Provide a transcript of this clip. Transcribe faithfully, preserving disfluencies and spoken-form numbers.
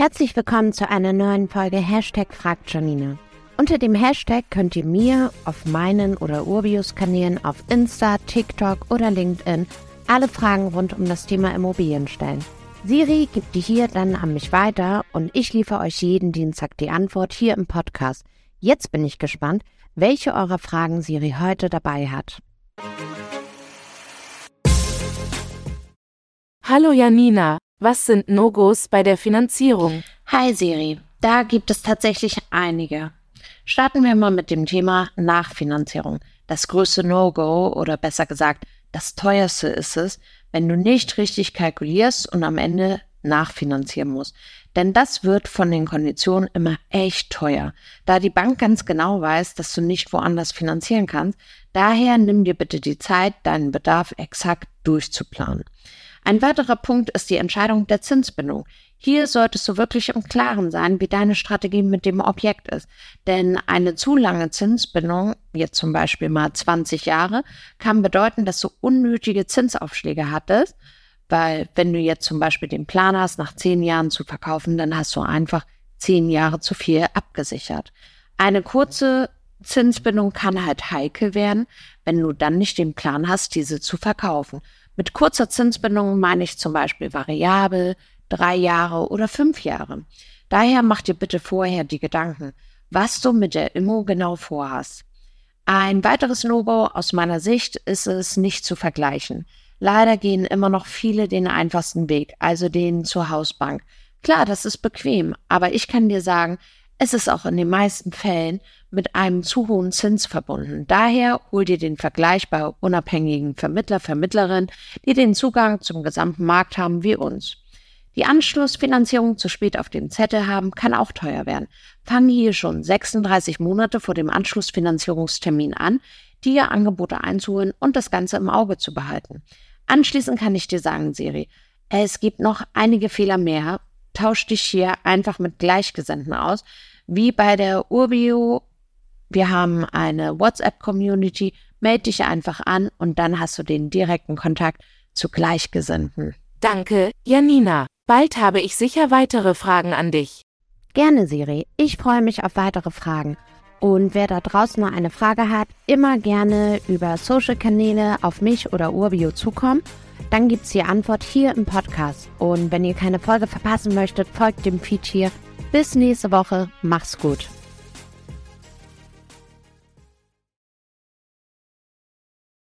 Herzlich willkommen zu einer neuen Folge Hashtag fragt Janina. Unter dem Hashtag könnt ihr mir auf meinen oder Urbius-Kanälen auf Insta, TikTok oder LinkedIn alle Fragen rund um das Thema Immobilien stellen. Siri gibt die hier dann an mich weiter und ich liefere euch jeden Dienstag die Antwort hier im Podcast. Jetzt bin ich gespannt, welche eurer Fragen Siri heute dabei hat. Hallo Janina, was sind No-Gos bei der Finanzierung? Hi Siri, da gibt es tatsächlich einige. Starten wir mal mit dem Thema Nachfinanzierung. Das größte No-Go oder besser gesagt, das teuerste ist es, wenn du nicht richtig kalkulierst und am Ende nachfinanzieren musst. Denn das wird von den Konditionen immer echt teuer, da die Bank ganz genau weiß, dass du nicht woanders finanzieren kannst. Daher nimm dir bitte die Zeit, deinen Bedarf exakt durchzuplanen. Ein weiterer Punkt ist die Entscheidung der Zinsbindung. Hier solltest du wirklich im Klaren sein, wie deine Strategie mit dem Objekt ist. Denn eine zu lange Zinsbindung, jetzt zum Beispiel mal zwanzig Jahre, kann bedeuten, dass du unnötige Zinsaufschläge hattest. Weil wenn du jetzt zum Beispiel den Plan hast, nach zehn Jahren zu verkaufen, dann hast du einfach zehn Jahre zu viel abgesichert. Eine kurze Zinsbindung kann halt heikel werden, wenn du dann nicht den Plan hast, diese zu verkaufen. Mit kurzer Zinsbindung meine ich zum Beispiel variabel, drei Jahre oder fünf Jahre. Daher mach dir bitte vorher die Gedanken, was du mit der Immo genau vorhast. Ein weiteres No-Go aus meiner Sicht ist es, nicht zu vergleichen. Leider gehen immer noch viele den einfachsten Weg, also den zur Hausbank. Klar, das ist bequem, aber ich kann dir sagen, es ist auch in den meisten Fällen mit einem zu hohen Zins verbunden. Daher hol dir den Vergleich bei unabhängigen Vermittler, Vermittlerinnen, die den Zugang zum gesamten Markt haben wie uns. Die Anschlussfinanzierung zu spät auf dem Zettel haben, kann auch teuer werden. Fang hier schon sechsunddreißig Monate vor dem Anschlussfinanzierungstermin an, dir Angebote einzuholen und das Ganze im Auge zu behalten. Anschließend kann ich dir sagen, Siri, es gibt noch einige Fehler mehr. Tausch dich hier einfach mit Gleichgesinnten aus, wie bei der Urbio. Wir haben eine WhatsApp-Community, melde dich einfach an und dann hast du den direkten Kontakt zu Gleichgesinnten. Danke, Janina. Bald habe ich sicher weitere Fragen an dich. Gerne, Siri. Ich freue mich auf weitere Fragen. Und wer da draußen noch eine Frage hat, immer gerne über Social-Kanäle auf mich oder Urbio zukommen. Dann gibt's die Antwort hier im Podcast. Und wenn ihr keine Folge verpassen möchtet, folgt dem Feed hier. Bis nächste Woche. Mach's gut.